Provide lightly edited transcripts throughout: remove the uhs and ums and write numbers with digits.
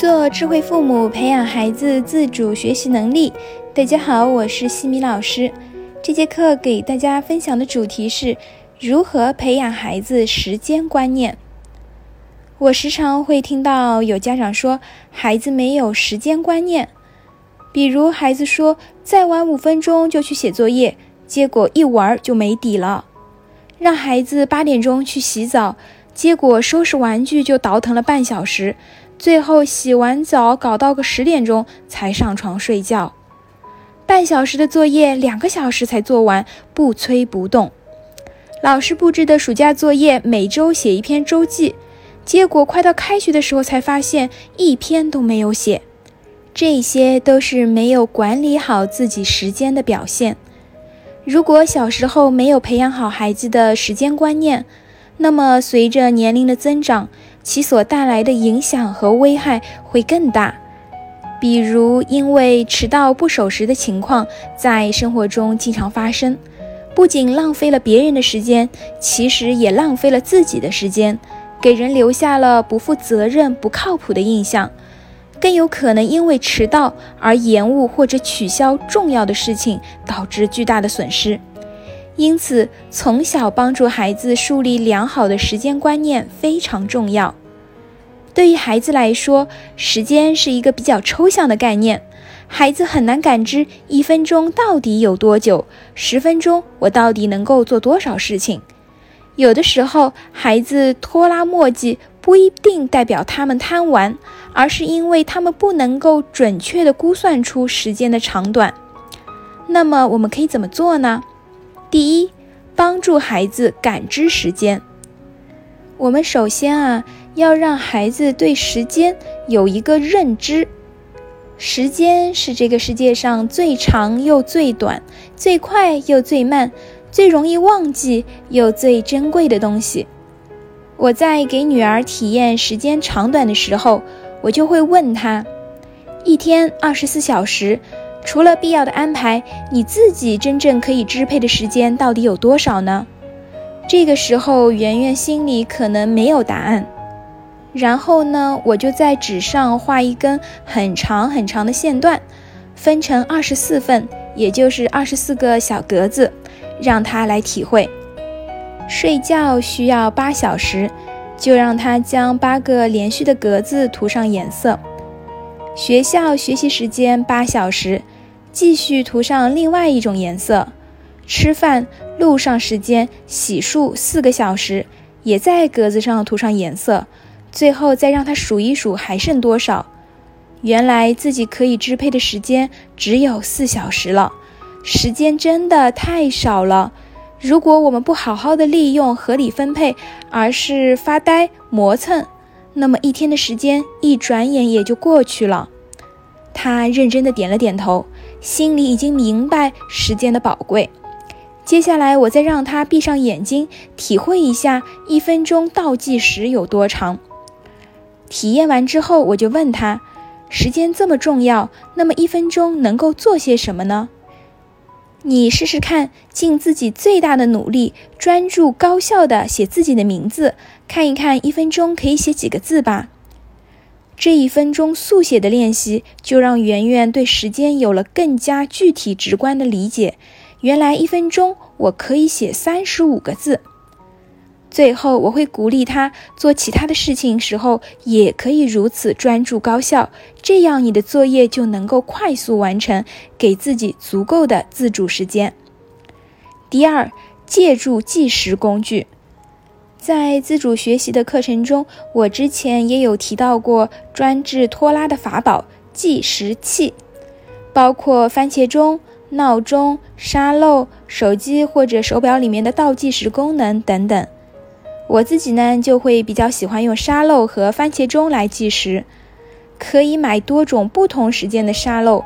做智慧父母，培养孩子自主学习能力。大家好，我是西米老师。这节课给大家分享的主题是如何培养孩子时间观念。我时常会听到有家长说孩子没有时间观念，比如孩子说再玩5分钟就去写作业，结果一玩就没底了；让孩子8点钟去洗澡，结果收拾玩具就倒腾了半小时，最后洗完澡搞到个10点钟才上床睡觉。半小时的作业2个小时才做完，不催不动。老师布置的暑假作业每周写1篇周记，结果快到开学的时候才发现1篇都没有写。这些都是没有管理好自己时间的表现。如果小时候没有培养好孩子的时间观念，那么随着年龄的增长，其所带来的影响和危害会更大。比如因为迟到不守时的情况在生活中经常发生，不仅浪费了别人的时间，其实也浪费了自己的时间，给人留下了不负责任、不靠谱的印象，更有可能因为迟到而延误或者取消重要的事情，导致巨大的损失。因此，从小帮助孩子树立良好的时间观念非常重要。对于孩子来说，时间是一个比较抽象的概念，孩子很难感知1分钟到底有多久，10分钟我到底能够做多少事情。有的时候，孩子拖拉磨叽不一定代表他们贪玩，而是因为他们不能够准确地估算出时间的长短。那么我们可以怎么做呢？第一，帮助孩子感知时间。我们首先要让孩子对时间有一个认知。时间是这个世界上最长又最短，最快又最慢，最容易忘记又最珍贵的东西。我在给女儿体验时间长短的时候，我就会问她，1天24小时，除了必要的安排，你自己真正可以支配的时间到底有多少呢？这个时候圆圆心里可能没有答案。然后呢，我就在纸上画一根很长很长的线段，分成24份，也就是24个小格子，让他来体会。睡觉需要8小时，就让他将8个连续的格子涂上颜色。学校学习时间8小时，继续涂上另外一种颜色。吃饭路上时间洗漱4个小时，也在格子上涂上颜色，最后再让他数一数还剩多少。原来自己可以支配的时间只有4小时了，时间真的太少了。如果我们不好好的利用、合理分配，而是发呆磨蹭，那么1天的时间一转眼也就过去了。他认真的点了点头，心里已经明白时间的宝贵。接下来我再让他闭上眼睛，体会一下1分钟倒计时有多长。体验完之后，我就问他，时间这么重要，那么1分钟能够做些什么呢？你试试看，尽自己最大的努力，专注高效地写自己的名字，看一看1分钟可以写几个字吧。这1分钟速写的练习，就让圆圆对时间有了更加具体直观的理解。原来1分钟我可以写35个字。最后我会鼓励他做其他的事情时候也可以如此专注高效，这样你的作业就能够快速完成，给自己足够的自主时间。第二，借助计时工具。在自主学习的课程中，我之前也有提到过专治拖拉的法宝计时器，包括番茄钟、闹钟、沙漏、手机或者手表里面的倒计时功能等等。我自己呢，就会比较喜欢用沙漏和番茄钟来计时，可以买多种不同时间的沙漏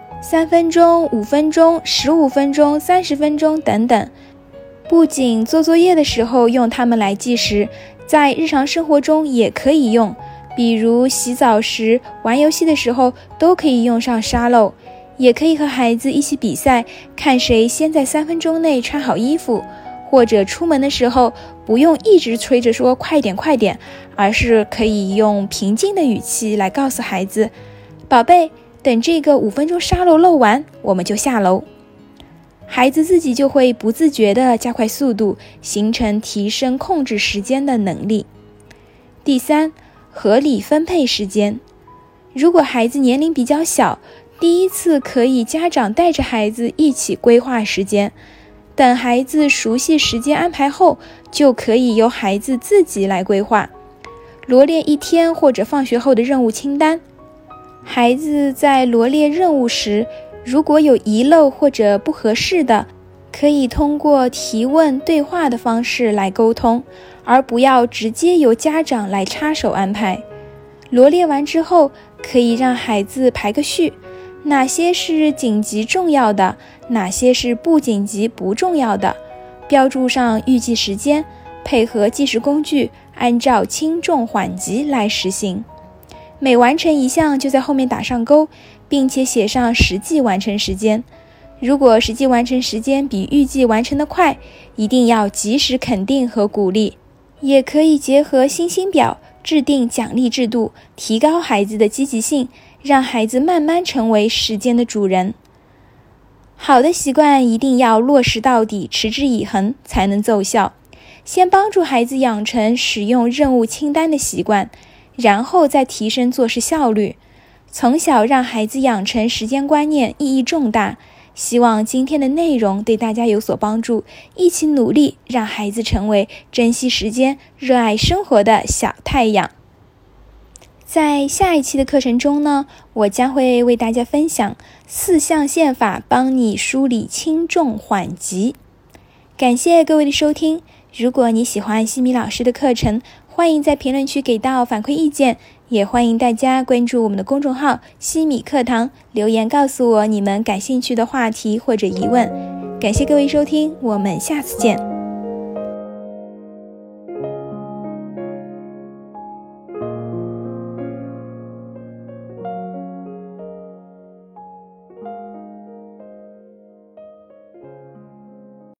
，3分钟、5分钟、15分钟、30分钟等等。不仅做作业的时候用它们来计时，在日常生活中也可以用，比如洗澡时、玩游戏的时候都可以用上沙漏。也可以和孩子一起比赛，看谁先在3分钟内穿好衣服， 或者出门的时候不用一直催着说快点快点，而是可以用平静的语气来告诉孩子，宝贝，等这个5分钟沙漏漏完，我们就下楼。孩子自己就会不自觉地加快速度，形成提升控制时间的能力。第3，合理分配时间。如果孩子年龄比较小，第一次可以家长带着孩子一起规划时间，等孩子熟悉时间安排后，就可以由孩子自己来规划，罗列一天或者放学后的任务清单。孩子在罗列任务时，如果有遗漏或者不合适的，可以通过提问对话的方式来沟通，而不要直接由家长来插手安排。罗列完之后，可以让孩子排个序，哪些是紧急重要的，哪些是不紧急不重要的，标注上预计时间，配合计时工具，按照轻重缓急来实行。每完成一项就在后面打上勾，并且写上实际完成时间。如果实际完成时间比预计完成的快，一定要及时肯定和鼓励。也可以结合星星表，制定奖励制度，提高孩子的积极性，让孩子慢慢成为时间的主人。好的习惯一定要落实到底，持之以恒，才能奏效。先帮助孩子养成使用任务清单的习惯，然后再提升做事效率。从小让孩子养成时间观念意义重大。希望今天的内容对大家有所帮助，一起努力，让孩子成为珍惜时间、热爱生活的小太阳。在下一期的课程中呢，我将会为大家分享4象限法，帮你梳理轻重缓急。感谢各位的收听。如果你喜欢西米老师的课程，欢迎在评论区给到反馈意见，也欢迎大家关注我们的公众号西米课堂，留言告诉我你们感兴趣的话题或者疑问。感谢各位收听，我们下次见。